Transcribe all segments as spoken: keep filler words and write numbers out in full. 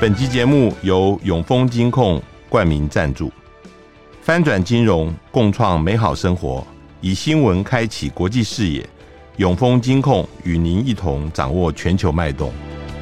本集节目由永丰金控冠名赞助，翻转金融，共创美好生活，以新闻开启国际视野。永丰金控与您一同掌握全球脉动。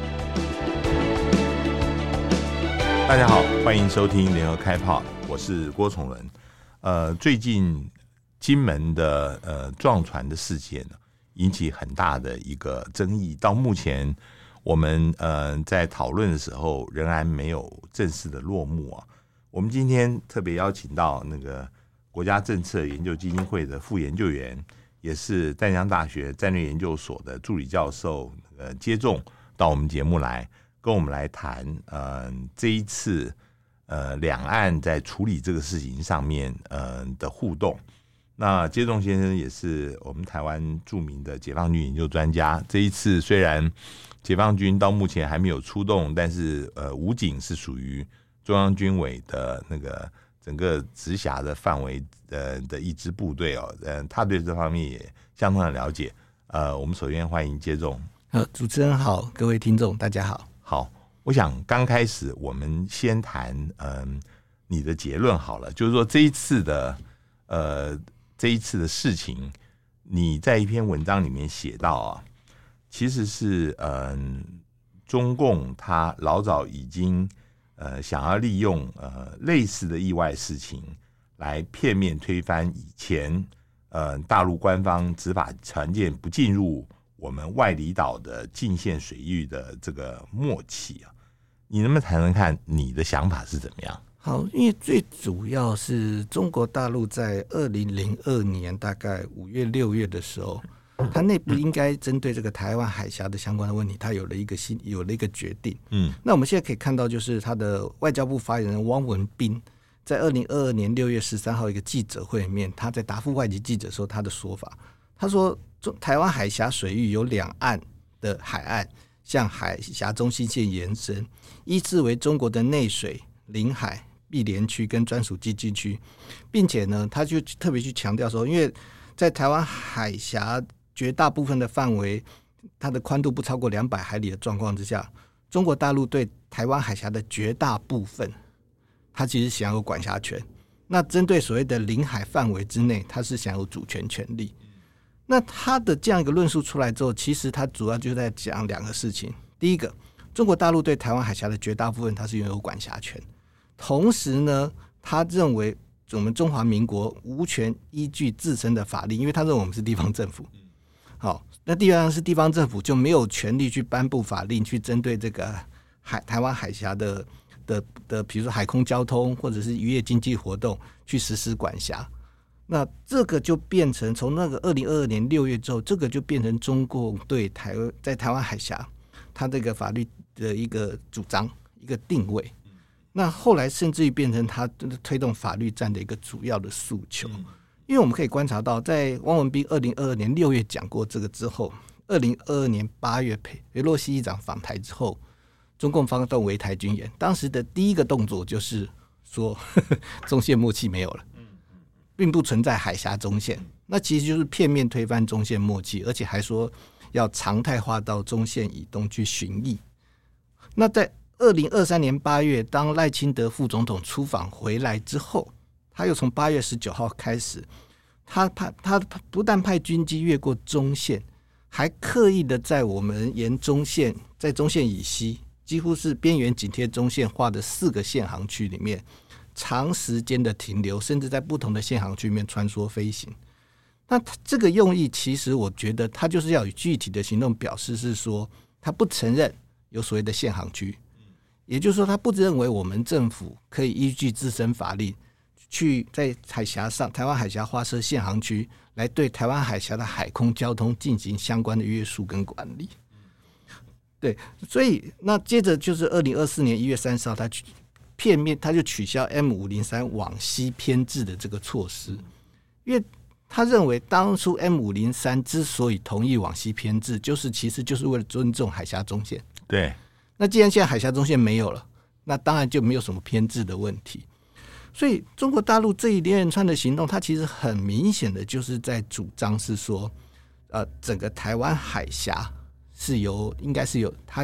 大家好，欢迎收听联合开炮，我是郭崇伦。呃，最近金门的呃撞船的事件引起很大的一个争议，到目前我们呃在讨论的时候仍然没有正式的落幕啊。我们今天特别邀请到那个国家政策研究基金会的副研究员，也是淡江大学战略研究所的助理教授呃接仲到我们节目来，跟我们来谈呃这一次呃两岸在处理这个事情上面呃的互动。那接仲先生也是我们台湾著名的解放军研究专家。这一次虽然解放军到目前还没有出动，但是呃武警是属于中央军委的那个整个直辖的范围的的一支部队哦，呃，他对这方面也相当的了解。呃，我们首先欢迎接仲。 呃，主持人好，各位听众大家好。 好，我想刚开始我们先谈嗯、呃、你的结论好了，就是说这一次的呃这一次的事情，你在一篇文章里面写到啊，其实是嗯、呃、中共他老早已经呃想要利用呃类似的意外事情来片面推翻以前呃大陆官方执法船舰不进入我们外离岛的禁限水域的这个默契啊。你能不能谈谈看你的想法是怎么样？ 好，因为最主要是中国大陆在二零零二年大概五月六月的时候，它内部应该针对这个台湾海峡的相关的问题，它有了一个新有了一个决定。嗯，那我们现在可以看到，就是他的外交部发言人汪文斌在二零二二年六月十三号一个记者会里面，他在答复外籍记者说他的说法，他说台湾海峡水域有两岸的海岸向海峡中心线延伸，依次为中国的内水、领海、毗连区跟专属经济区，并且呢，他就特别去强调说，因为在台湾海峡绝大部分的范围，它的宽度不超过两百海里的状况之下，中国大陆对台湾海峡的绝大部分，它其实享有管辖权。那针对所谓的领海范围之内，它是享有主权权利。那他的这样一个论述出来之后，其实他主要就在讲两个事情。第一个，中国大陆对台湾海峡的绝大部分它是拥有管辖权，同时呢，他认为我们中华民国无权依据自身的法令，因为他认为我们是地方政府。好，那地方是地方政府就没有权利去颁布法令，去针对这个海台湾海峡的的的，比如说海空交通或者是渔业经济活动去实施管辖。那这个就变成从那个二零二二年六月之后，这个就变成中共对台在台湾海峡它这个法律的一个主张、一个定位。那后来甚至于变成他推动法律战的一个主要的诉求。因为我们可以观察到，在汪文斌二零二二年六月讲过这个之后，二零二二年八月裴洛西议长访台之后，中共发动围台军演，当时的第一个动作就是说呵呵中线默契没有了，并不存在海峡中线，那其实就是片面推翻中线默契，而且还说要常态化到中线以东去巡弋。那在二零二三年八月，当赖清德副总统出访回来之后，他又从八月十九号开始，他派他不但派军机越过中线，还刻意的在我们沿中线，在中线以西，几乎是边缘紧贴中线画的四个限航区里面，长时间的停留，甚至在不同的限航区里面穿梭飞行。那这个用意，其实我觉得他就是要以具体的行动表示，是说他不承认有所谓的限航区。也就是说，他不认为我们政府可以依据自身法令去在海峡上台湾海峡划设限航区，来对台湾海峡的海空交通进行相关的约束跟管理。对，所以那接着就是二零二四年一月三十号，他片面他就取消 M 五零三 往西偏置的这个措施，因为他认为当初 M 五零三 之所以同意往西偏置，就是其实就是为了尊重海峡中线。 对。 那既然现在海峡中线没有了，那当然就没有什么偏置的问题。所以中国大陆这一连串的行动，它其实很明显的就是在主张是说，呃，整个台湾海峡是由应该是由它由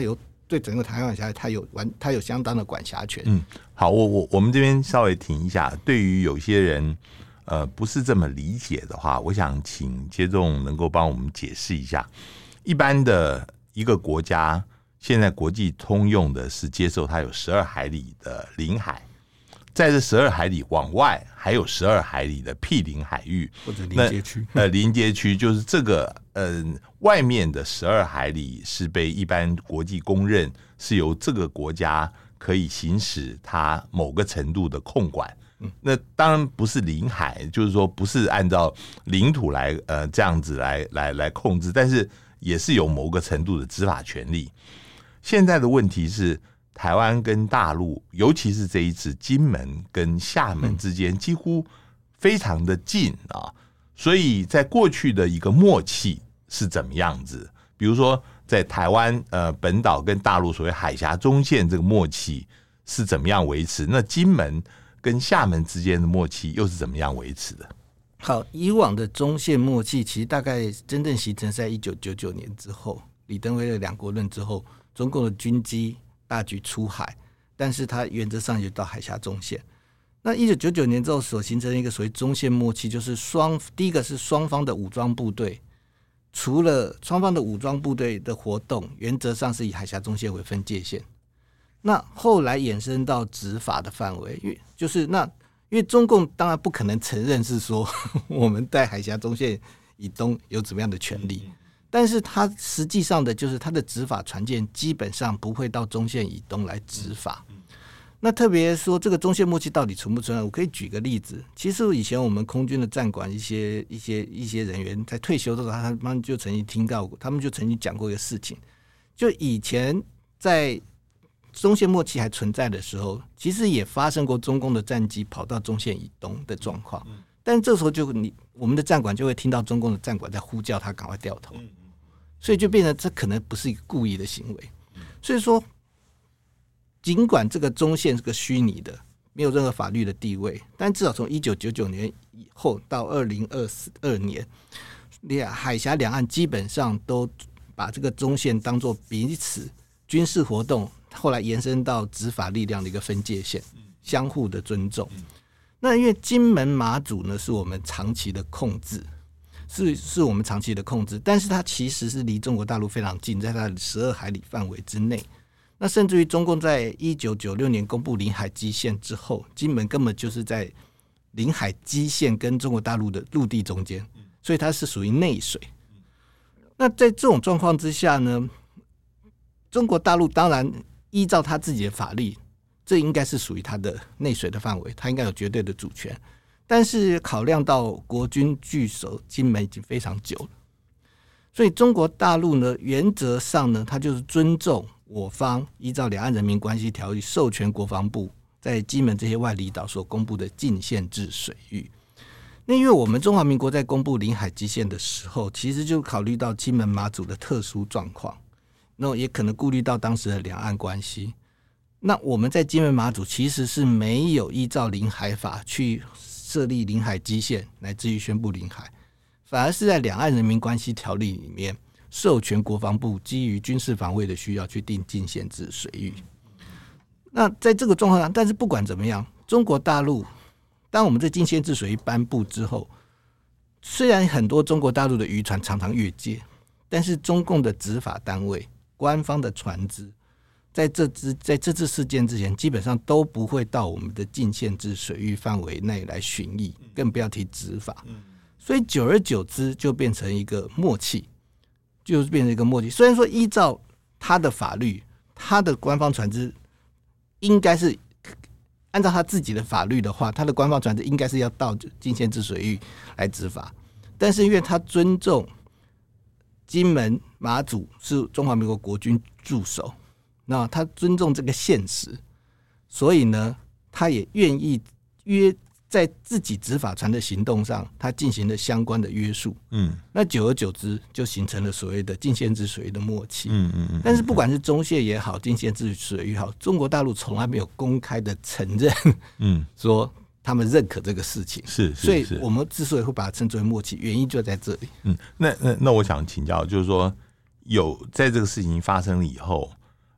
对整个台湾海峡它有完它有相当的管辖权。 嗯，好，我我我们这边稍微停一下，对于有些人呃不是这么理解的话，我想请接仲能够帮我们解释一下。一般的一个国家，现在国际通用的是接受它有十二海里的领海，在这十二海里往外还有十二海里的毗邻海域或者临街区。 呃，临街区就是这个呃外面的十二海里是被一般国际公认是由这个国家可以行使它某个程度的控管。那当然不是领海，就是说不是按照领土来呃这样子来来来控制，但是也是有某个程度的执法权利。现在的问题是，台湾跟大陆，尤其是这一次金门跟厦门之间几乎非常的近啊，所以在过去的一个默契是怎么样子？比如说在台湾呃本岛跟大陆所谓海峡中线这个默契是怎么样维持？那金门跟厦门之间的默契又是怎么样维持的？ 好，以往的中线默契其实大概真正形成在一九九九年之后，李登辉的两国论之后，中共的军机大举出海，但是它原则上也到海峡中线。那一九九九年之后所形成的一个所谓中线默契，就是双第一个是双方的武装部队，除了双方的武装部队的活动，原则上是以海峡中线为分界线。那后来衍生到执法的范围，因为就是那因为中共当然不可能承认是说我们在海峡中线以东有怎么样的权利，但是它实际上的就是它的执法船舰基本上不会到中线以东来执法。那特别说这个中线默契到底存不存在，我可以举个例子。其实以前我们空军的战管一些一些一些人员在退休的时候，他们就曾经听到过，他们就曾经讲过一个事情，就以前在中线默契还存在的时候，其实也发生过中共的战机跑到中线以东的状况，但是这时候就你我们的战管就会听到中共的战管在呼叫他赶快掉头，所以就变成这可能不是一个故意的行为。所以说尽管这个中线是个虚拟的，没有任何法律的地位，但至少从一九九九年以后到二零二二年，海峡两岸基本上都把这个中线当作彼此军事活动后来延伸到执法力量的一个分界线，相互的尊重。那因为金门马祖呢是我们长期的控制，是是我们长期的控制，但是它其实是离中国大陆非常近，在它的十二海里范围之内。那甚至于中共在一九九六年公布领海基线之后，金门根本就是在领海基线跟中国大陆的陆地中间，所以它是属于内水。那在这种状况之下呢，中国大陆当然依照他自己的法律，这应该是属于他的内水的范围，他应该有绝对的主权。但是考量到国军据守金门已经非常久了，所以中国大陆呢，原则上呢，它就是尊重我方依照《两岸人民关系条例》授权国防部在金门这些外离岛所公布的禁限制水域。那因为我们中华民国在公布领海基线的时候，其实就考虑到金门马祖的特殊状况，那也可能顾虑到当时的两岸关系。那我们在金门马祖其实是没有依照领海法去设立领海基线乃至于宣布领海，反而是在两岸人民关系条例里面授权国防部基于军事防卫的需要去定禁限制水域。那在这个状况下，但是不管怎么样，中国大陆当我们这禁限制水域颁布之后，虽然很多中国大陆的渔船常常越界，但是中共的执法单位官方的船只在这次在这次事件之前基本上都不会到我们的禁限制水域范围内来巡弋，更不要提执法。所以久而久之就变成一个默契，就是变成一个默契。虽然说依照他的法律，他的官方船只应该是按照他自己的法律的话，他的官方船只应该是要到禁限制水域来执法，但是因为他尊重金门马祖是中华民国国军驻守，那他尊重这个现实，所以呢，他也愿意约在自己执法船的行动上，他进行了相关的约束。嗯，那久而久之就形成了所谓的禁限制水域的默契。嗯嗯嗯。但是不管是中线也好，禁限制水域也好，中国大陆从来没有公开的承认，嗯，说他们认可这个事情。 是，是， 所以我们之所以会把它称之为默契，原因就在这里。 嗯，那那那我想请教，就是说有在这个事情发生了以后，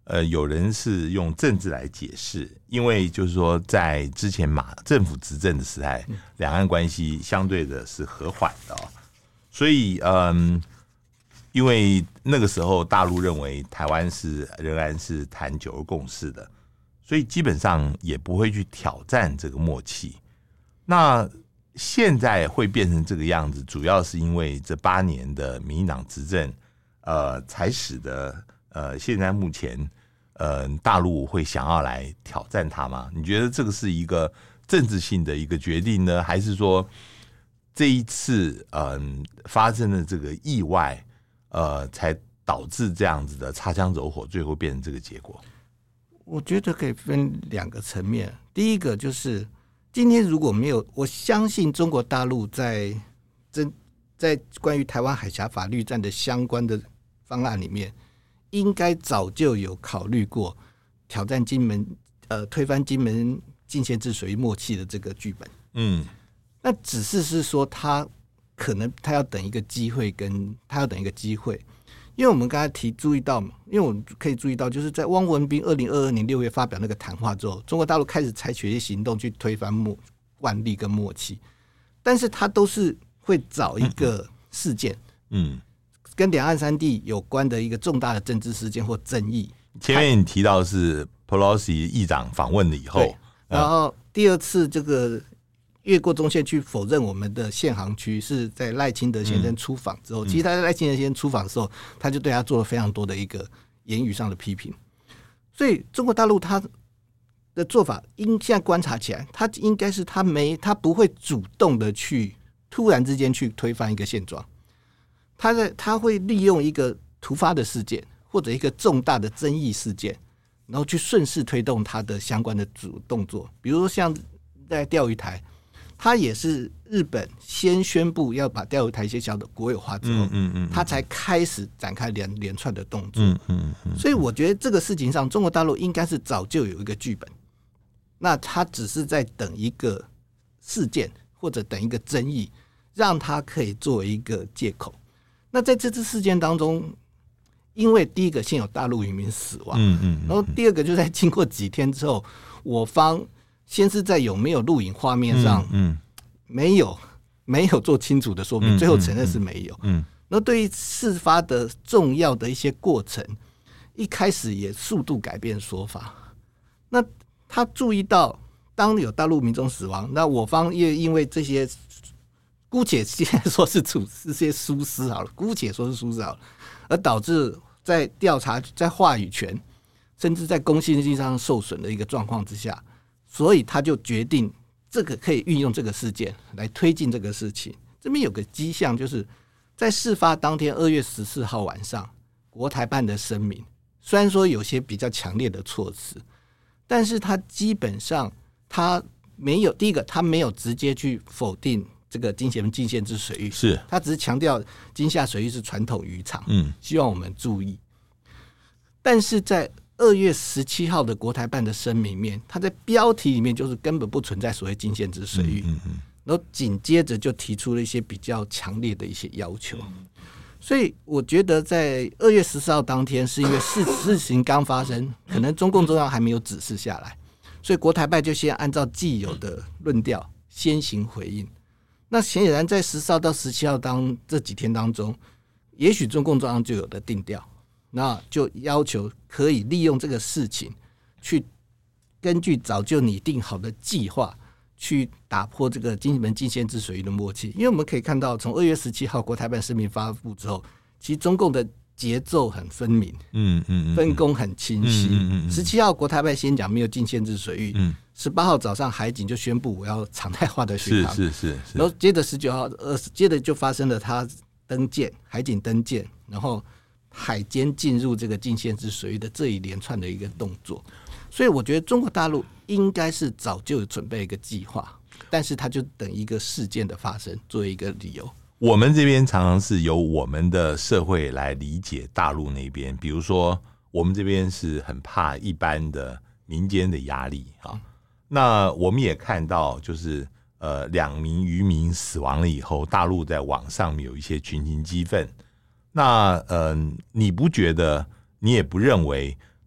呃，有人是用政治来解释，因为就是说，在之前马政府执政的时代，两岸关系相对的是和缓的哦，所以嗯，因为那个时候大陆认为台湾是仍然是谈九二共识的，所以基本上也不会去挑战这个默契。那现在会变成这个样子，主要是因为这八年的民进党执政，呃，才使得呃现在目前。呃，大陆会想要来挑战它吗？你觉得这个是一个政治性的一个决定呢，还是说这一次嗯、呃、发生的这个意外，呃，才导致这样子的擦枪走火，最后变成这个结果？ 我觉得可以分两个层面。第一个就是今天如果没有，我相信中国大陆在真在关于台湾海峡法律战的相关的方案里面。应该早就有考虑过挑战金门，呃，推翻金门禁限制水域默契的这个剧本。嗯，那只是是说他可能他要等一个机会，跟他要等一个机会，因为我们刚才提注意到嘛，因为我们可以注意到，就是在汪文斌二零二二年六月发表那个谈话之后，中国大陆开始采取一些行动去推翻默惯例跟默契，但是他都是会找一个事件，嗯。嗯跟两岸三地有关的一个重大的政治事件或争议。 前面你提到是 Pelosi 议长访问了以后， 然后第二次这个越过中线去否认我们的限航区，是在赖清德先生出访之后。嗯、其实他在赖清德先生出访的时候，他就对他做了非常多的一个言语上的批评。所以中国大陆他的做法，应现在观察起来，他应该是他没他不会主动的去突然之间去推翻一个现状。他在他会利用一个突发的事件或者一个重大的争议事件，然后去顺势推动他的相关的主动作。比如说像在钓鱼台，他也是日本先宣布要把钓鱼台先销的国有化之后，嗯嗯嗯、他才开始展开连连串的动作。嗯嗯嗯、所以我觉得这个事情上，中国大陆应该是早就有一个剧本，那他只是在等一个事件或者等一个争议，让他可以作为一个借口。那在这次事件当中，因为第一个先有大陆渔民死亡，嗯嗯，然后第二个就在经过几天之后，我方先是在有没有录影画面上，嗯，没有没有做清楚的说明，最后承认是没有，嗯，然后对于事发的重要的一些过程，一开始也速度改变说法。那他注意到，当有大陆民众死亡，那我方也因为这些。姑且现在说是处是些疏失好了，姑且说是疏失好了，而导致在调查、在话语权，甚至在公信力上受损的一个状况之下，所以他就决定这个可以运用这个事件来推进这个事情。这边有个迹象，就是在事发当天二月十四号晚上，国台办的声明虽然说有些比较强烈的措辞，但是他基本上他没有第一个，他没有直接去否定。这个金厦禁限制水域是， 他只是强调金厦水域是传统渔场，嗯，希望我们注意。但是在二月十七号的国台办的声明里面，他在标题里面就是根本不存在所谓禁限制水域，嗯嗯，然后紧接着就提出了一些比较强烈的一些要求。所以我觉得在二月十四号当天，是因为事事情刚发生，可能中共中央还没有指示下来，所以国台办就先按照既有的论调先行回应。那显然在十四号到十七号当这几天当中，也许中共中央就有的定调，那就要求可以利用这个事情去根据早就拟定好的计划去打破这个金门禁限制水域的默契。因为我们可以看到，从二月十七号国台办声明发布之后，其实中共的节奏很分明，嗯嗯，分工很清晰。十七号国台办先讲没有禁限制水域，嗯，十八号早上海警就宣布我要常态化的巡航， 是是 是, 是， 然后接着十九号、二十，接着就发生了他登舰，海警登舰，然后海监进入这个禁限制水域的这一连串的一个动作。所以我觉得中国大陆应该是早就准备一个计划，但是他就等一个事件的发生作为一个理由。 我们这边常常是由我们的社会来理解大陆那边，比如说我们这边是很怕一般的民间的压力啊。那我们也看到，就是呃两名渔民死亡了以后，大陆在网上面有一些群情激愤。那呃，你不觉得，你也不认为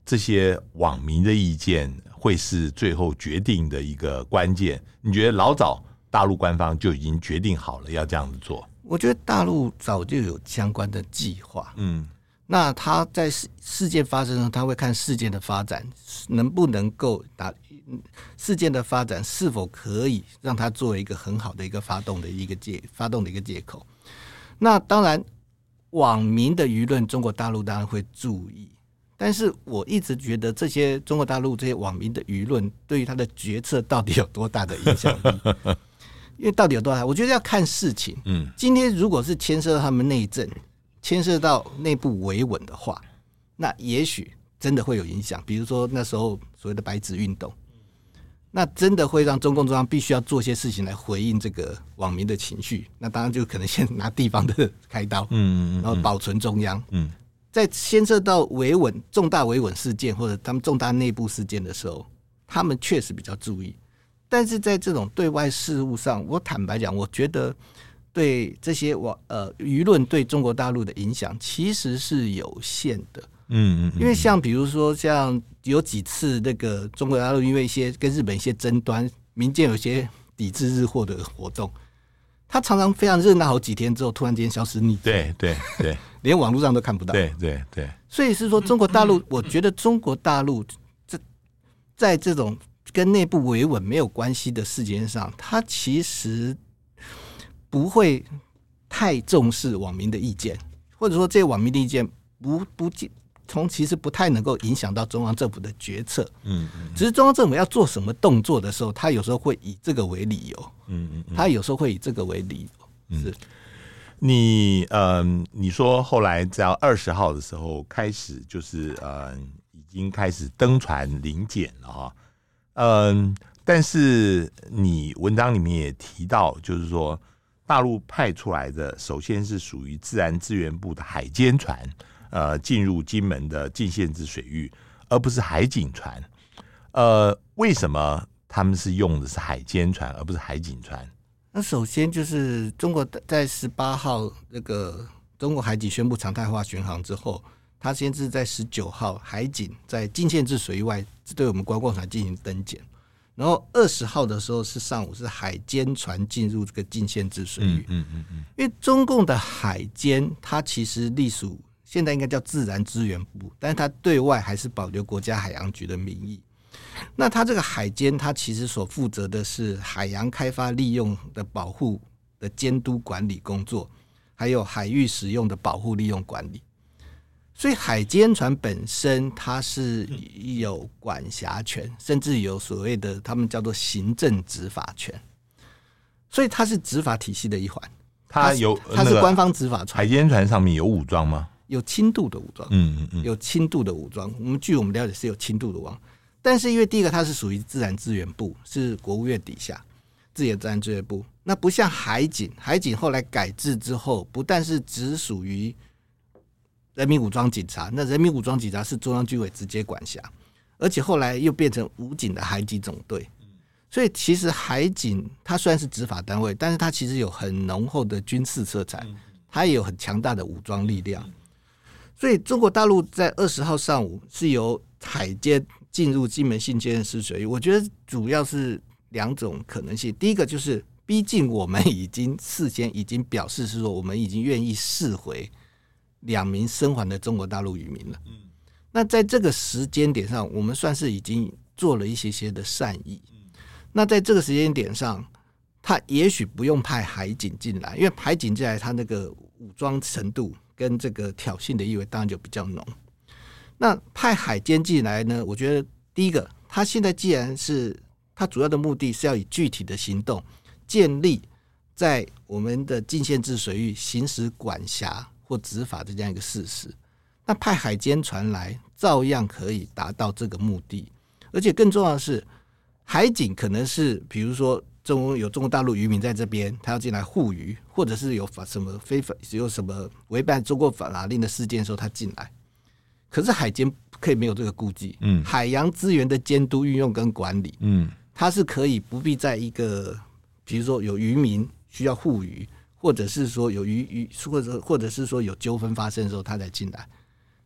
这些网民的意见会是最后决定的一个关键？你觉得老早大陆官方就已经决定好了要这样子做？ 我觉得大陆早就有相关的计划， 嗯， 那他在事件发生的时候，他会看事件的发展能不能够打事件的发展是否可以让他作为一个很好的一个发动的一个借发动的一个借口。那当然，网民的舆论，中国大陆当然会注意。但是我一直觉得这些中国大陆这些网民的舆论对于他的决策到底有多大的影响力？因为到底有多大？我觉得要看事情。嗯，今天如果是牵涉到他们内政、牵涉到内部维稳的话，那也许真的会有影响。比如说那时候所谓的白纸运动，那真的会让中共中央必须要做些事情来回应这个网民的情绪。那当然就可能先拿地方的开刀，嗯，然后保存中央，嗯。在牵涉到维稳、重大维稳事件或者他们重大内部事件的时候，他们确实比较注意。但是在这种对外事务上，我坦白讲，我觉得对这些网呃舆论对中国大陆的影响其实是有限的。嗯嗯，因为像比如说，像有几次那个中国大陆因为一些跟日本一些争端，民间有些抵制日货的活动。他常常非常热闹好几天之后，突然间消失匿迹， 对对对， 连网络上都看不到。 对对对， 所以是说，中国大陆，我觉得中国大陆这在这种跟内部维稳没有关系的事件上，他其实不会太重视网民的意见，或者说这些网民的意见不不从其实不太能够影响到中央政府的决策。嗯，只是中央政府要做什么动作的时候，他有时候会以这个为理由。嗯嗯，他有时候会以这个为理由。是， 你呃，你说后来在二十号的时候开始，就是呃，已经开始登船临检了哈。嗯，但是你文章里面也提到，就是说大陆派出来的，首先是属于自然资源部的海监船。呃，进入金门的禁限制水域，而不是海警船。呃，为什么他们是用的是海监船，而不是海警船？ 那首先就是中国在十八号那个中国海警宣布常态化巡航之后，他先是在十九号海警在禁限制水域外对我们观光船进行登检，然后二十号的时候是上午是海监船进入这个禁限制水域。嗯嗯嗯，因为中共的海监它其实隶属。现在应该叫自然资源部，但是它对外还是保留国家海洋局的名义。那它这个海监，它其实所负责的是海洋开发利用的保护的监督管理工作，还有海域使用的保护利用管理。所以海监船本身它是有管辖权，甚至有所谓的他们叫做行政执法权，所以它是执法体系的一环。 它有它是官方执法船。 海监船上面有武装吗？ 有轻度的武装，嗯嗯嗯，有轻度的武装。我们据我们了解是有轻度的武装，但是因为第一个它是属于自然资源部，是国务院底下自己的自然资源部，那不像海警，海警后来改制之后，不但是只属于人民武装警察，那人民武装警察是中央军委直接管辖，而且后来又变成武警的海警总队。所以其实海警它虽然是执法单位，但是它其实有很浓厚的军事色彩，它也有很强大的武装力量。所以中国大陆在二十号上午是由海监进入金门禁限制水域，我觉得主要是两种可能性。第一个就是毕竟我们已经事先已经表示是说我们已经愿意释回两名生还的中国大陆渔民了。那在这个时间点上，我们算是已经做了一些些的善意。那在这个时间点上，他也许不用派海警进来，因为海警进来他那个武装程度跟这个挑衅的意味当然就比较浓。那派海监进来呢，我觉得第一个，他现在既然是他主要的目的是要以具体的行动建立在我们的禁限制水域行使管辖或执法的这样一个事实，那派海监船来照样可以达到这个目的。而且更重要的是，海警可能是比如说中有中国大陆渔民在这边，他要进来护渔，或者是有什么非法有什么违反中国法令的事件的时候他进来。可是海监可以没有这个顾忌，嗯，海洋资源的监督运用跟管理，嗯，它是可以不必在一个比如说有渔民需要护渔，或者是说有渔渔或者或者是说有纠纷发生的时候他才进来。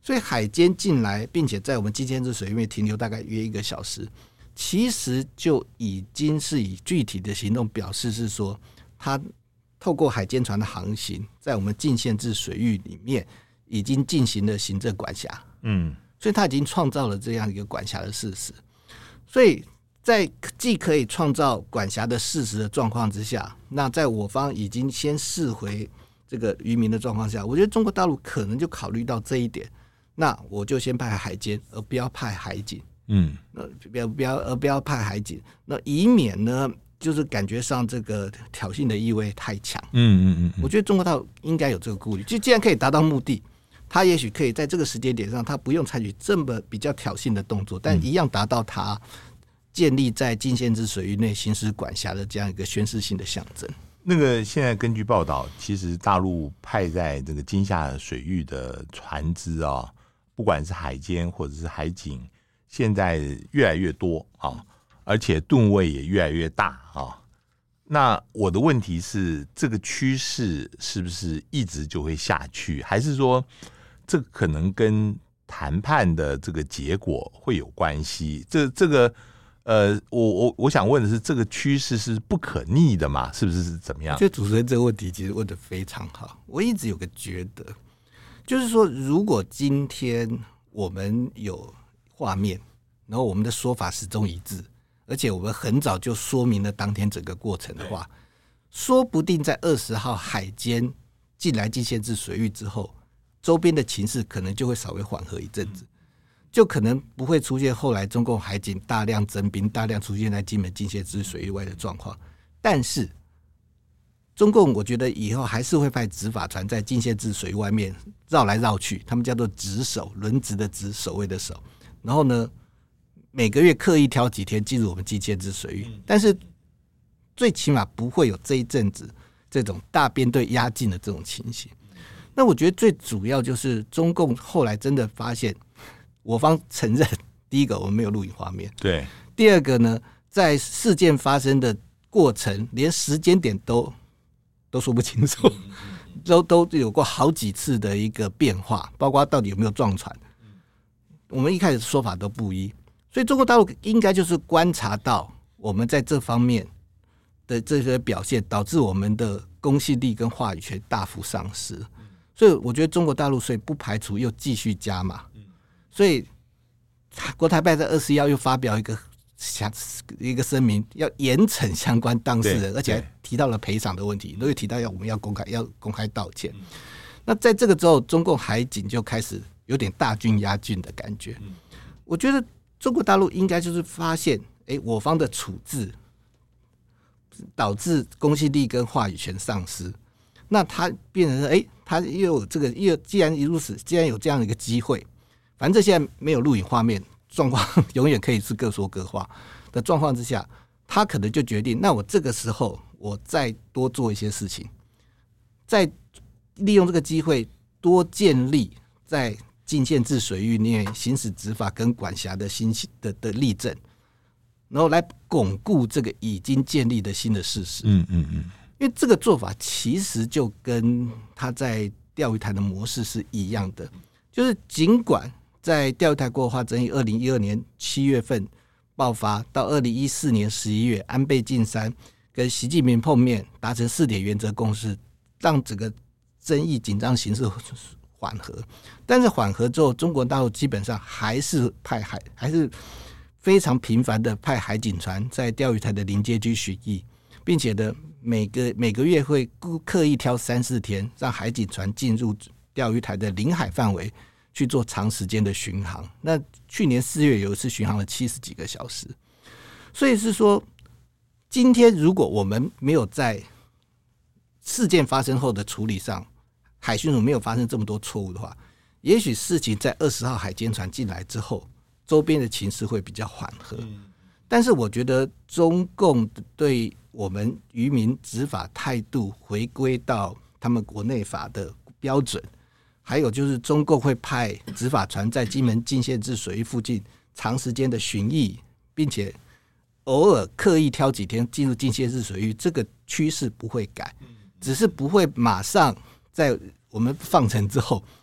所以海监进来，并且在我们禁限制水域内停留大概约一个小时，其实就已经是以具体的行动表示是说，他透过海监船的航行，在我们禁限制水域里面已经进行了行政管辖。嗯，所以他已经创造了这样一个管辖的事实。所以在既可以创造管辖的事实的状况之下，那在我方已经先释回这个渔民的状况下，我觉得中国大陆可能就考虑到这一点，那我就先派海监，而不要派海警。嗯，那不要不要而不要派海警，那以免呢，就是感觉上这个挑衅的意味太强。嗯嗯嗯，我觉得中国大陆应该有这个顾虑，就既然可以达到目的，他也许可以在这个时间点上，他不用采取这么比较挑衅的动作，但一样达到他建立在禁限制水域内行使管辖的这样一个宣示性的象征。 那个现在根据报道，其实大陆派在这个金厦水域的船只啊、哦，不管是海监或者是海警，现在越来越多啊，而且吨位也越来越大啊。那我的问题是，这个趋势是不是一直就会下去，还是说这可能跟谈判的这个结果会有关系？这这个呃，我我我想问的是，这个趋势是不可逆的嘛？是不是是怎么样？ 我觉得主持人这个问题其实问得非常好。我一直有个觉得，就是说，如果今天我们有画面，然后我们的说法始终一致，而且我们很早就说明了当天整个过程的话，说不定在二十号海监进来禁限制水域之后，周边的情势可能就会稍微缓和一阵子，就可能不会出现后来中共海警大量增兵、大量出现在金门禁限制水域外的状况。但是中共我觉得以后还是会派执法船在禁限制水域外面绕来绕去，他们叫做值守，轮值的值，守卫的守。然后呢，每个月刻意挑几天进入我们禁限制水域，但是最起码不会有这一阵子这种大编队压境的这种情形。那我觉得最主要就是中共后来真的发现，我方承认，第一个我们没有录影画面， 对； 第二个呢，在事件发生的过程，连时间点都都说不清楚，都都有过好几次的一个变化，包括到底有没有撞船，我们一开始说法都不一。所以中国大陆应该就是观察到我们在这方面的这些表现，导致我们的公信力跟话语权大幅丧失。所以我觉得中国大陆所以不排除又继续加码。所以国台办在二十一号又发表一个一个声明，要严惩相关当事人，而且还提到了赔偿的问题，都有提到要我们要公开要公开道歉。那在这个之后，中共海警就开始有点大军压境的感觉。我觉得中国大陆应该就是发现，哎，我方的处置导致公信力跟话语权丧失，那他变成哎，他又有这个，又既然如此，既然有这样的一个机会，反正现在没有录影画面，状况永远可以是各说各话的状况之下，他可能就决定，那我这个时候我再多做一些事情，再利用这个机会多建立在禁限制水域内行使执法跟管辖的新的的例证，然后来巩固这个已经建立的新的事实。嗯嗯嗯，因为这个做法其实就跟他在钓鱼台的模式是一样的，就是尽管在钓鱼台国有化争议二零一二年七月份爆发，到二零一四年十一月安倍晋三跟习近平碰面，达成四点原则共识，让整个争议紧张形势缓和，但是缓和之后，中国大陆基本上还是派海，还是非常频繁的派海警船在钓鱼台的临街区巡弋，并且呢，每个每个月会刻意挑三四天，让海警船进入钓鱼台的领海范围去做长时间的巡航。那去年四月有一次巡航了七十几个小时，所以是说，今天如果我们没有在事件发生后的处理上，海巡署没有发生这么多错误的话，也许事情在二十号海监船进来之后，周边的情势会比较缓和。但是我觉得中共对我们渔民执法态度回归到他们国内法的标准，还有就是中共会派执法船在金门禁限制水域附近长时间的巡弋，并且偶尔刻意挑几天进入禁限制水域，这个趋势不会改，只是不会马上在我们放沉之后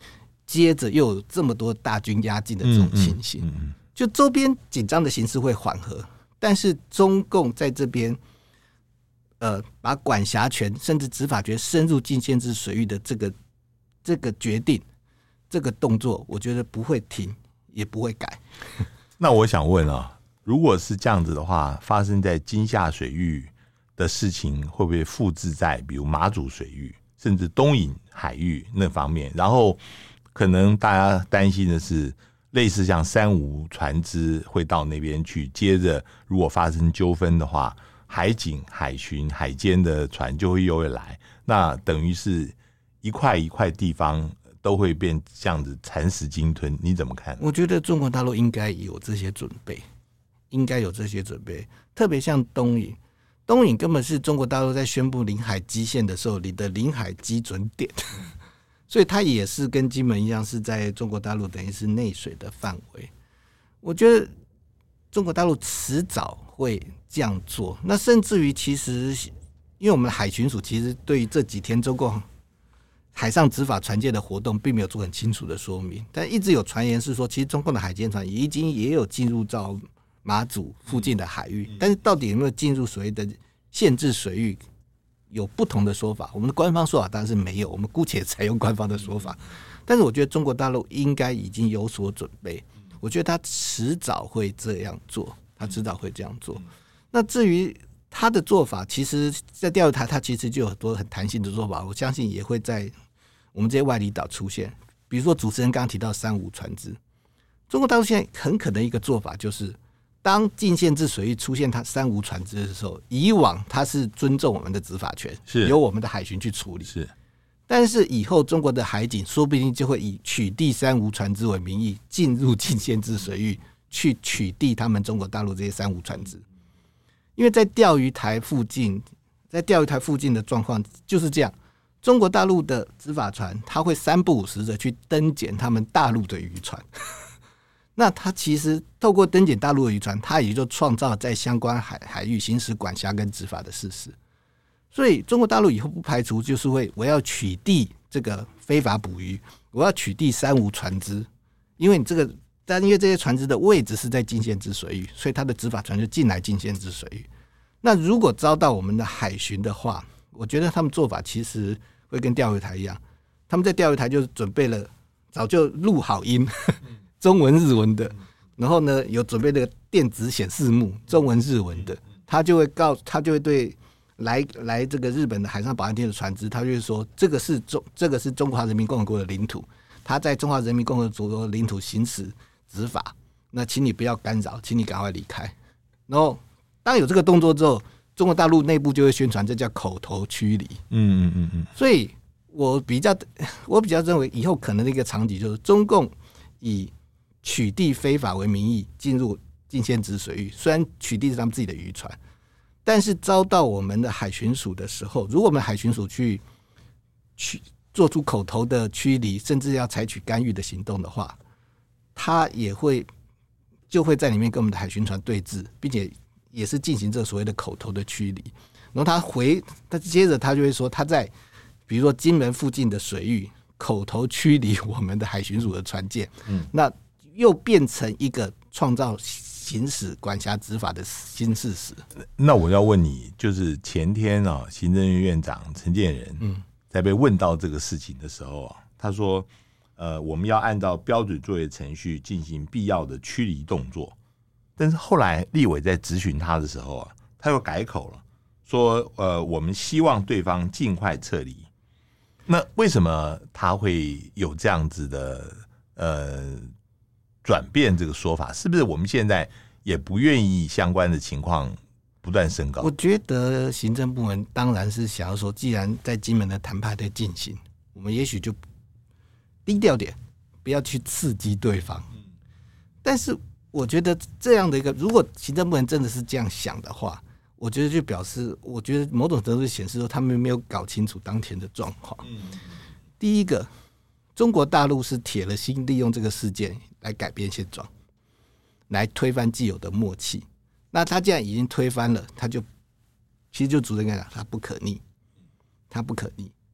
接着又有这么多大军压境的这种情形，嗯嗯嗯、就周边紧张的形势会缓和，但是中共在这边，呃，把管辖权甚至执法权深入禁限制水域的这个这个决定，这个动作，我觉得不会停，也不会改。 那我想问啊，如果是这样子的话，发生在金厦水域的事情，会不会复制在比如马祖水域，甚至东引海域那方面？然后可能大家担心的是，类似像三无船只会到那边去，接着如果发生纠纷的话，海警、海巡、海监的船就会又会来，那等于是一块一块地方都会变这样子蚕食鲸吞，你怎么看？ 我觉得中国大陆应该有这些准备，应该有这些准备，特别像东引，东引根本是中国大陆在宣布领海基线的时候，你的领海基准点。所以它也是跟金门一样，是在中国大陆等于是内水的范围。我觉得中国大陆迟早会这样做。那甚至于，其实因为我们的海巡署其实对于这几天中共海上执法船舰的活动，并没有做很清楚的说明。但一直有传言是说，其实中共的海监船已经也有进入到马祖附近的海域，但是到底有没有进入所谓的限制水域？有不同的说法，我们的官方说法当然是没有，我们姑且采用官方的说法。但是我觉得中国大陆应该已经有所准备，我觉得他迟早会这样做，他迟早会这样做。那至于他的做法，其实在钓鱼台，他其实就有很多很弹性的做法，我相信也会在我们这些外离岛出现。比如说主持人刚刚提到三无船只，中国大陆现在很可能一个做法就是，当禁限制水域出现它三无船只的时候，以往它是尊重我们的执法权，是由我们的海巡去处理。是，但是以后中国的海警说不定就会以取缔三无船只为名义，进入禁限制水域去取缔他们中国大陆这些三无船只。因为在钓鱼台附近，在钓鱼台附近的状况就是这样，中国大陆的执法船，它会三不五时的去登检他们大陆的渔船。那他其实透过登检大陆的渔船，他也就创造在相关 海, 海域行使管辖跟执法的事实。所以中国大陆以后不排除就是会，我要取缔这个非法捕鱼，我要取缔三无船只，因为你这个，但因为这些船只的位置是在禁限制水域，所以他的执法船就进来禁限制水域。那如果遭到我们的海巡的话，我觉得他们做法其实会跟钓鱼台一样，他们在钓鱼台就准备了，早就录好音。中文日文的，然后呢有准备那个电子显示幕，中文日文的，他就会告，他就会对来来这个日本的海上保安厅的船只，他就会说这个是中这个是中华人民共和国的领土，他在中华人民共和国的领土行使执法，那请你不要干扰，请你赶快离开。然后当有这个动作之后，中国大陆内部就会宣传这叫口头驱离。嗯嗯嗯嗯。所以我比较我比较认为以后可能的一个场景就是中共以取缔非法为名义进入禁限制水域，虽然取缔是他们自己的渔船，但是遭到我们的海巡署的时候，如果我们海巡署去去做出口头的驱离，甚至要采取干预的行动的话，他也会就会在里面跟我们的海巡船对峙，并且也是进行这所谓的口头的驱离。然后他回，他接着他就会说他在比如说金门附近的水域口头驱离我们的海巡署的船舰，嗯，那又变成一个创造行使管辖执法的新事实。 那我要问你，就是前天啊，行政院院长陈建仁在被问到这个事情的时候啊，他说，呃，我们要按照标准作业程序进行必要的驱离动作。但是后来立委在质询他的时候啊，他又改口了，说，呃，我们希望对方尽快撤离。那为什么他会有这样子的呃？转变这个说法，是不是我们现在也不愿意相关的情况不断升高？ 我觉得行政部门当然是想要说，既然在金门的谈判在进行，我们也许就低调点，不要去刺激对方。但是我觉得这样的一个，如果行政部门真的是这样想的话，我觉得就表示，我觉得某种程度显示说，他们没有搞清楚当前的状况。第一个，中国大陆是铁了心利用这个事件来改变现状，来推翻既有的默契。那他既然已经推翻了，他就其实就主任跟他讲，他不可逆，他不可逆。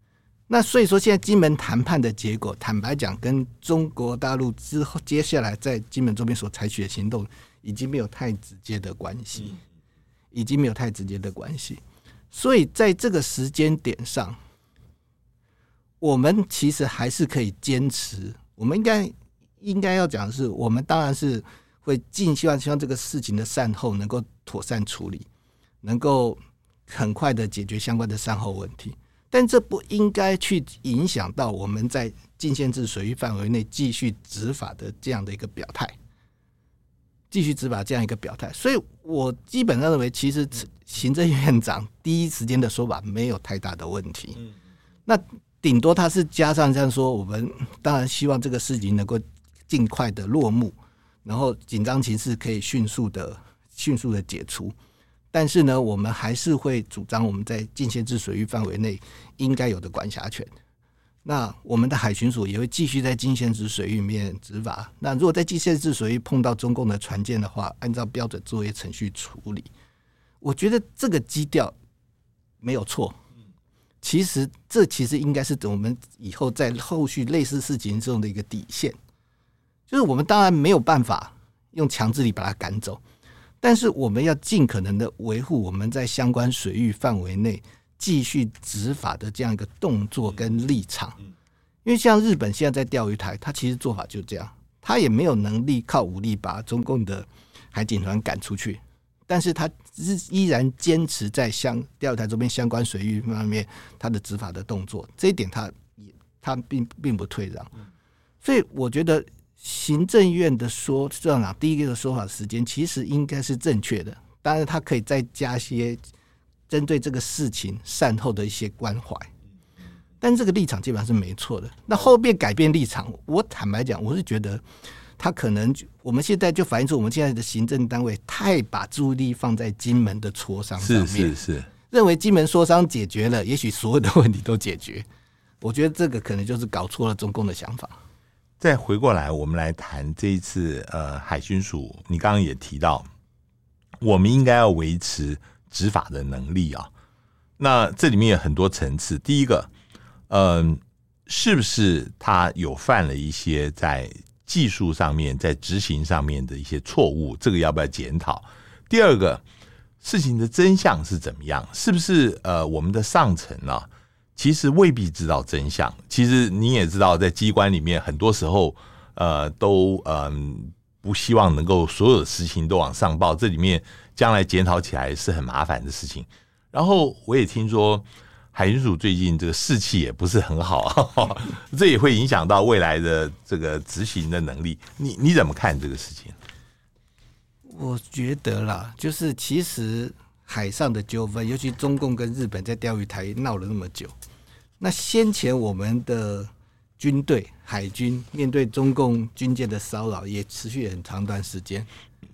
那所以说，现在金门谈判的结果，坦白讲，跟中国大陆之后接下来在金门周边所采取的行动，已经没有太直接的关系，已经没有太直接的关系。所以在这个时间点上，我们其实还是可以坚持。我们应该应该要讲的是，我们当然是会尽希望希望这个事情的善后能够妥善处理，能够很快的解决相关的善后问题。但这不应该去影响到我们在禁限制水域范围内继续执法的这样的一个表态，继续执法这样一个表态。所以我基本上认为，其实行政院长第一时间的说法没有太大的问题。那顶多他是加上这样说，我们当然希望这个事情能够尽快的落幕，然后紧张情势可以迅速的迅速的解除。但是呢，我们还是会主张我们在禁限制水域范围内应该有的管辖权。那我们的海巡署也会继续在禁限制水域里面执法。那如果在禁限制水域碰到中共的船舰的话，按照标准作业程序处理。我觉得这个基调没有错。其实这其实应该是我们以后在后续类似事情中的一个底线。就是我们当然没有办法用强制力把它赶走。但是我们要尽可能的维护我们在相关水域范围内继续执法的这样一个动作跟立场。因为像日本现在在钓鱼台，他其实做法就这样，他也没有能力靠武力把中共的海警船赶出去，但是他依然坚持在相钓鱼台周边相关水域方面他的执法的动作，这一点他他并并不退让。所以我觉得行政院的说这样第一个说法时间其实应该是正确的，当然他可以再加些针对这个事情善后的一些关怀，但这个立场基本上是没错的。那后面改变立场，我坦白讲，我是觉得他可能我们现在就反映出我们现在的行政单位太把注意力放在金门的磋商上面， 是是是， 认为金门磋商解决了，也许所有的问题都解决。我觉得这个可能就是搞错了中共的想法。 再回过来，我们来谈这一次呃海巡署，你刚刚也提到，我们应该要维持执法的能力啊。那这里面有很多层次。第一个，嗯、呃，是不是他有犯了一些在技术上面、在执行上面的一些错误？这个要不要检讨？第二个，事情的真相是怎么样？是不是呃我们的上层啊？其实未必知道真相。其实你也知道，在机关里面，很多时候，呃，都嗯、呃、不希望能够所有的事情都往上报，这里面将来检讨起来是很麻烦的事情。然后我也听说，海巡署最近这个士气也不是很好，这也会影响到未来的这个执行的能力。你你怎么看这个事情？ 我觉得啦，就是其实海上的纠纷，尤其中共跟日本在钓鱼台闹了那么久。那先前我们的军队海军面对中共军舰的骚扰也持续很长段时间。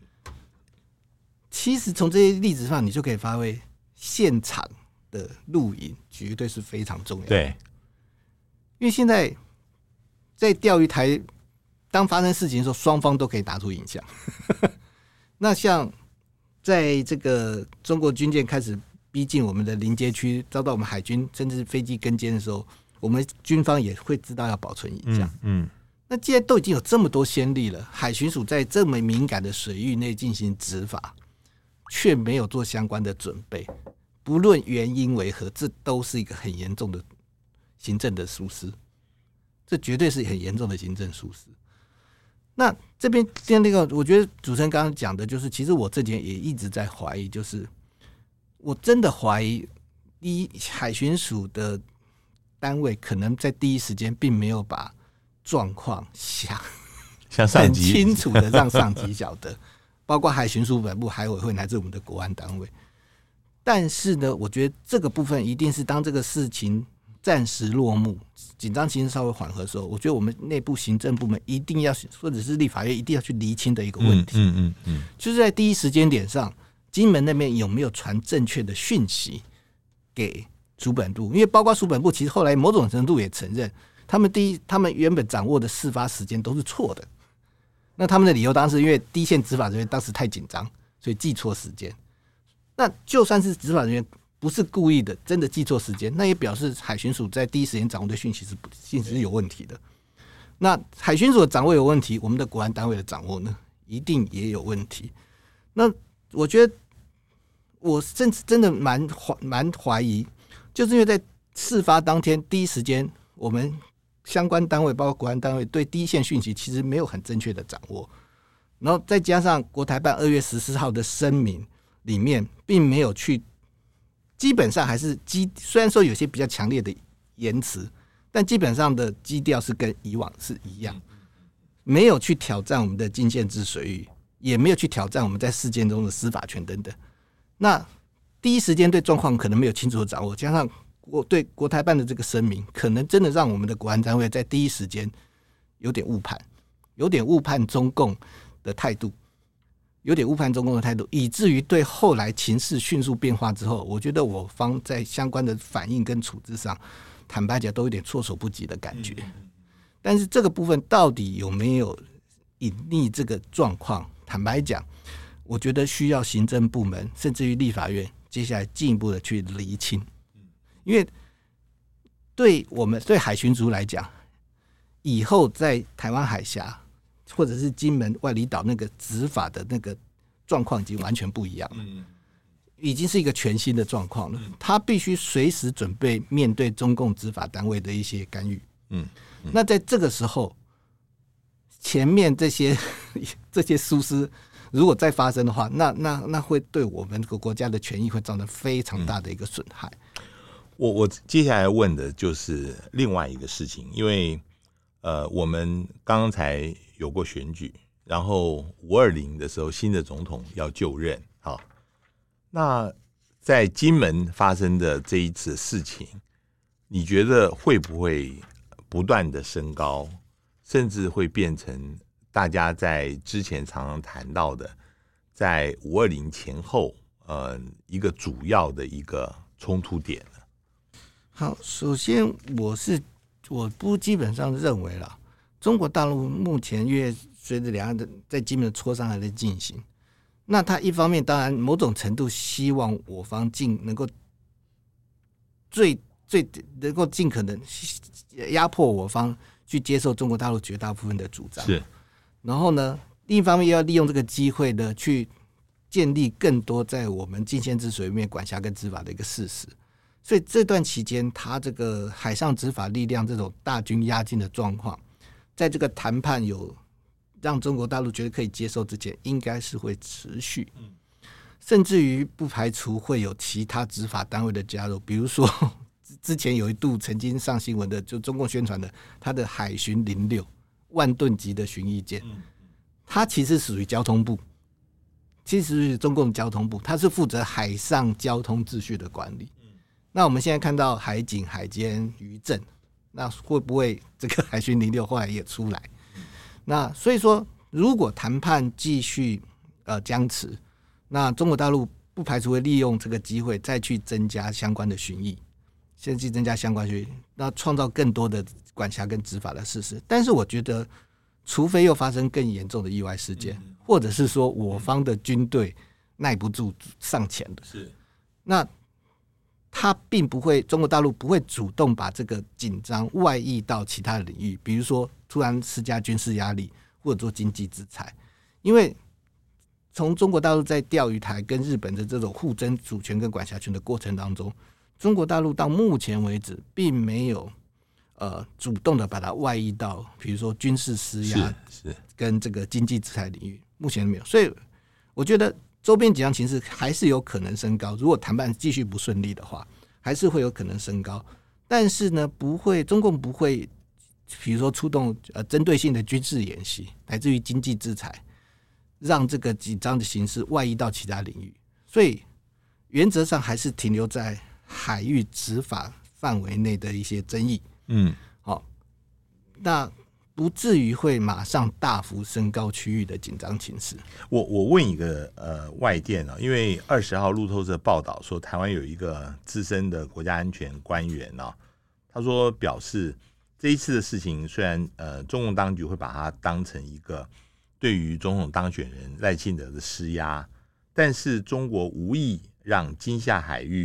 其实从这些例子上，你就可以发挥现场的录影绝对是非常重要的。 对， 因为现在在钓鱼台，当发生事情的时候，双方都可以打出影像。那像在这个中国军舰开始逼近我们的临街区，遭到我们海军甚至飞机跟监的时候，我们军方也会知道要保存影像。嗯，嗯那既然都已经有这么多先例了，海巡署在这么敏感的水域内进行执法，却没有做相关的准备，不论原因为何，这都是一个很严重的行政的疏失，这绝对是很严重的行政疏失。那这边那个，我觉得主持人刚刚讲的就是，其实我这几天也一直在怀疑，就是我真的怀疑，第一，海巡署的单位可能在第一时间并没有把状况想很清楚的让上级晓得，包括海巡署本部、海委会乃至我们的国安单位。但是呢，我觉得这个部分一定是当这个事情暂时落幕，紧张情绪稍微缓和的时候，我觉得我们内部行政部门一定要，或者是立法院一定要去厘清的一个问题，嗯嗯嗯嗯，就是在第一时间点上，金门那边有没有传正确的讯息给署本部？因为包括署本部，其实后来某种程度也承认，他们第一，他们原本掌握的事发时间都是错的。那他们的理由当然是因为第一线执法人员当时太紧张，所以记错时间。那就算是执法人员不是故意的，真的记错时间，那也表示海巡署在第一时间掌握的讯息是信息是有问题的。那海巡署的掌握有问题，我们的国安单位的掌握呢，一定也有问题。那我觉得，我甚至真的蛮蛮怀疑，就是因为在事发当天第一时间，我们相关单位包括国安单位对第一线讯息其实没有很正确的掌握，然后再加上国台办二月十四号的声明里面并没有去，基本上还是基虽然说有些比较强烈的言辞，但基本上的基调是跟以往是一样，没有去挑战我们的禁限制水域，也没有去挑战我们在事件中的司法权等等。那第一时间对状况可能没有清楚的掌握，加上国对国台办的这个声明，可能真的让我们的国安单位在第一时间有点误判，有点误判中共的态度，有点误判中共的态度，以至于对后来情势迅速变化之后，我觉得我方在相关的反应跟处置上，坦白讲都有点措手不及的感觉。但是这个部分到底有没有隐匿这个状况，坦白讲，我觉得需要行政部门甚至于立法院接下来进一步的去厘清。因为对我们对海巡署来讲，以后在台湾海峡或者是金门外离岛那个执法的那个状况已经完全不一样了，已经是一个全新的状况了。他必须随时准备面对中共执法单位的一些干预。嗯，那在这个时候，前面这些这些疏失如果再发生的话，那那那会对我们这个国家的权益会造成非常大的一个损害。 我我接下来问的就是另外一个事情，因为呃，我们刚刚才有过选举，然后五二零的时候，新的总统要就任，好，那在金门发生的这一次事情，你觉得会不会不断的升高，甚至会变成大家在之前常常谈到的，在五二零前后，呃，一个主要的一个冲突点呢？ 好，首先我是我不基本上认为啦，中国大陆目前因为随着两岸的在金门的磋商还在进行，那他一方面当然某种程度希望我方尽能够最最能够尽可能压迫我方去接受中国大陆绝大部分的主张，是，然后呢，另一方面又要利用这个机会呢，去建立更多在我们禁限制水面管辖跟执法的一个事实。所以这段期间，他这个海上执法力量这种大军压境的状况，在这个谈判有让中国大陆觉得可以接受之前，应该是会持续，甚至于不排除会有其他执法单位的加入，比如说之前有一度曾经上新闻的，就中共宣传的他的海巡零六万吨级的巡弋舰，它其实属于交通部，其实是中共的交通部，它是负责海上交通秩序的管理。那我们现在看到海警、海监、渔政，那会不会这个海巡零六后来也出来？那所以说，如果谈判继续呃僵持，那中国大陆不排除会利用这个机会再去增加相关的巡弋，先去增加相关巡弋，那创造更多的管辖跟执法的事实。但是我觉得，除非又发生更严重的意外事件，或者是说我方的军队耐不住上前的，是那。他并不会，中国大陆不会主动把这个紧张外溢到其他的领域，比如说突然施加军事压力或者做经济制裁，因为从中国大陆在钓鱼台跟日本的这种互争主权跟管辖权的过程当中，中国大陆到目前为止并没有呃主动的把它外溢到比如说军事施压跟这个经济制裁领域，目前没有，所以我觉得周边紧张情势还是有可能升高，如果谈判继续不顺利的话，还是会有可能升高。但是呢，不会，中共不会，比如说出动呃针对性的军事演习，乃至于经济制裁，让这个紧张的形势外溢到其他领域。所以原则上还是停留在海域执法范围内的一些争议。嗯，好、哦，那。不至于会马上大幅升高区域的紧张情势。 我我问一个呃外电啊，因为二十号路透社报道说，台湾有一个资深的国家安全官员啊，他说表示这一次的事情，虽然呃中共当局会把它当成一个对于总统当选人赖清德的施压，但是中国无意让金厦海域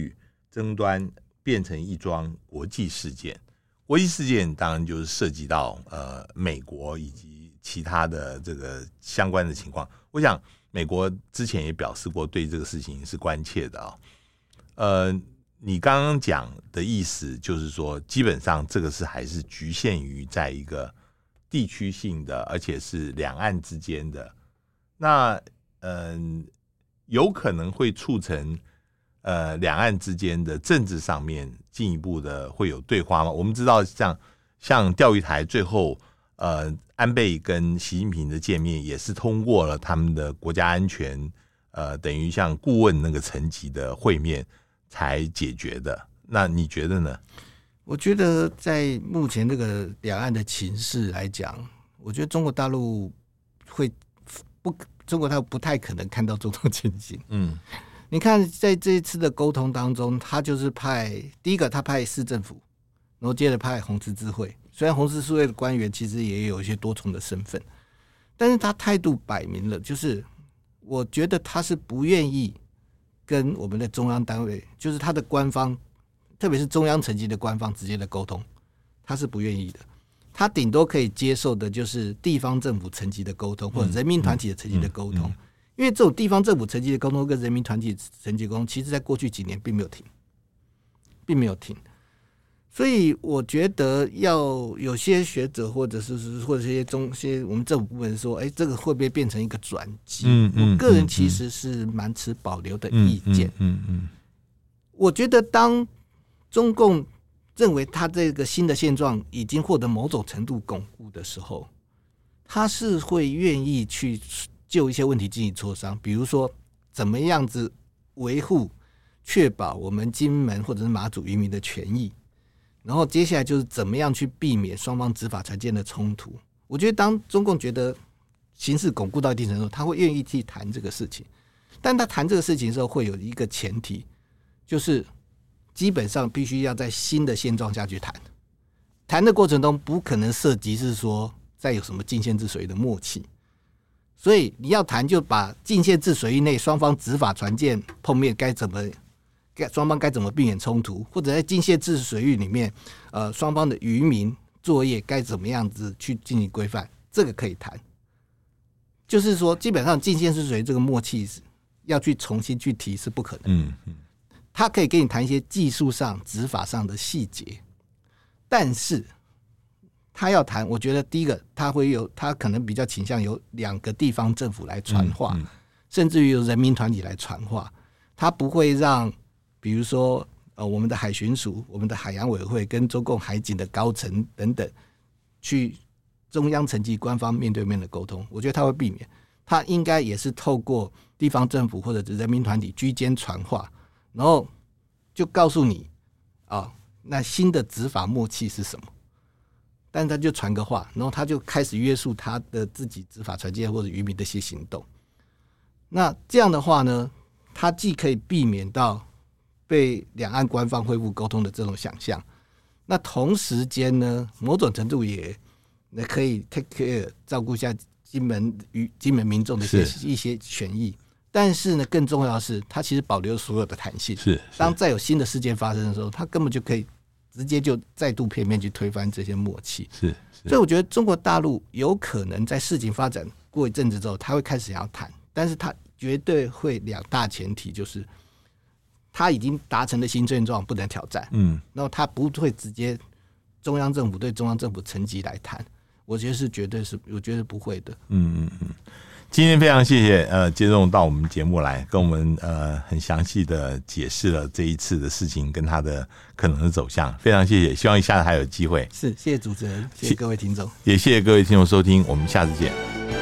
争端变成一桩国际事件。国际事件当然就是涉及到呃美国以及其他的这个相关的情况。我想美国之前也表示过对这个事情是关切的啊、哦。呃，你刚刚讲的意思就是说，基本上这个是还是局限于在一个地区性的，而且是两岸之间的。那嗯、呃，有可能会促成。呃，两岸之间的政治上面进一步的会有对话吗？我们知道像像钓鱼台最后呃安倍跟习近平的见面也是通过了他们的国家安全呃等于像顾问那个层级的会面才解决的。那你觉得呢？ 我觉得在目前这个两岸的情势来讲，我觉得中国大陆会不中国大陆不太可能看到这种情形。嗯。你看，在这一次的沟通当中，他就是派第一个，他派市政府，然后接着派红十字会。虽然红十字会的官员其实也有一些多重的身份，但是他态度摆明了，就是我觉得他是不愿意跟我们的中央单位，就是他的官方，特别是中央层级的官方直接的沟通，他是不愿意的。他顶多可以接受的就是地方政府层级的沟通，或者人民团体的层级的沟通。嗯嗯嗯嗯因为这种地方政府层级的沟通跟人民团体层级的沟通，其实在过去几年并没有停，并没有停。所以我觉得要有些学者或者是或者是一些中些我们政府部门说，哎，这个会不会变成一个转机？嗯嗯、我个人其实是蛮持保留的意见。嗯嗯嗯嗯、我觉得当中共认为他这个新的现状已经获得某种程度巩固的时候，他是会愿意去就一些问题进行磋商，比如说怎么样子维护、确保我们金门或者是马祖渔民的权益，然后接下来就是怎么样去避免双方执法之间的冲突。我觉得当中共觉得形势巩固到一定程度，他会愿意去谈这个事情，但他谈这个事情的时候会有一个前提，就是基本上必须要在新的现状下去谈，谈的过程中不可能涉及是说再有什么禁限制水域的默契。所以你要谈，就把禁限制水域内双方执法船舰碰面该怎么，双方该怎么避免冲突，或者在禁限制水域里面，呃，双方的渔民作业该怎么样子去进行规范，这个可以谈。就是说，基本上禁限制水域这个默契要去重新去提是不可能。嗯嗯，他可以跟你谈一些技术上、执法上的细节，但是。他要谈，我觉得第一个他会有，他可能比较倾向由两个地方政府来传话，嗯嗯、甚至于由人民团体来传话。他不会让，比如说呃我们的海巡署、我们的海洋委员会跟中共海警的高层等等，去中央层级官方面对面的沟通。我觉得他会避免，他应该也是透过地方政府或者人民团体居间传话，然后就告诉你啊，那新的执法默契是什么。但他就传个话，然后他就开始约束他的自己执法船舰或者渔民的一些行动。那这样的话呢，他既可以避免到被两岸官方恢复沟通的这种想象，那同时间呢，某种程度也可以 take care 照顾一下金门与金门民众的一些一些权益。但是呢，更重要的是，他其实保留所有的弹性。是，是当再有新的事件发生的时候，他根本就可以。直接就再度片面去推翻这些默契，是，是所以我觉得中国大陆有可能在事情发展过一阵子之后，他会开始想要谈，但是他绝对会两大前提，就是他已经达成的新现状不能挑战，嗯，然后他不会直接中央政府对中央政府层级来谈，我觉得是绝对是，我觉得不会的，嗯嗯嗯。 今天非常谢谢呃接仲到我们节目来跟我们呃很详细的解释了这一次的事情跟它的可能的走向，非常谢谢，希望下次还有机会。 是，谢谢主持人，谢谢各位听众， 也谢谢各位听众收听，我们下次见。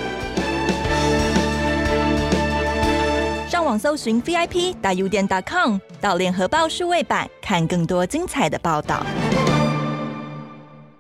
上网搜寻 V I P 大 U 点 com 到联合报数位版看更多精彩的报道。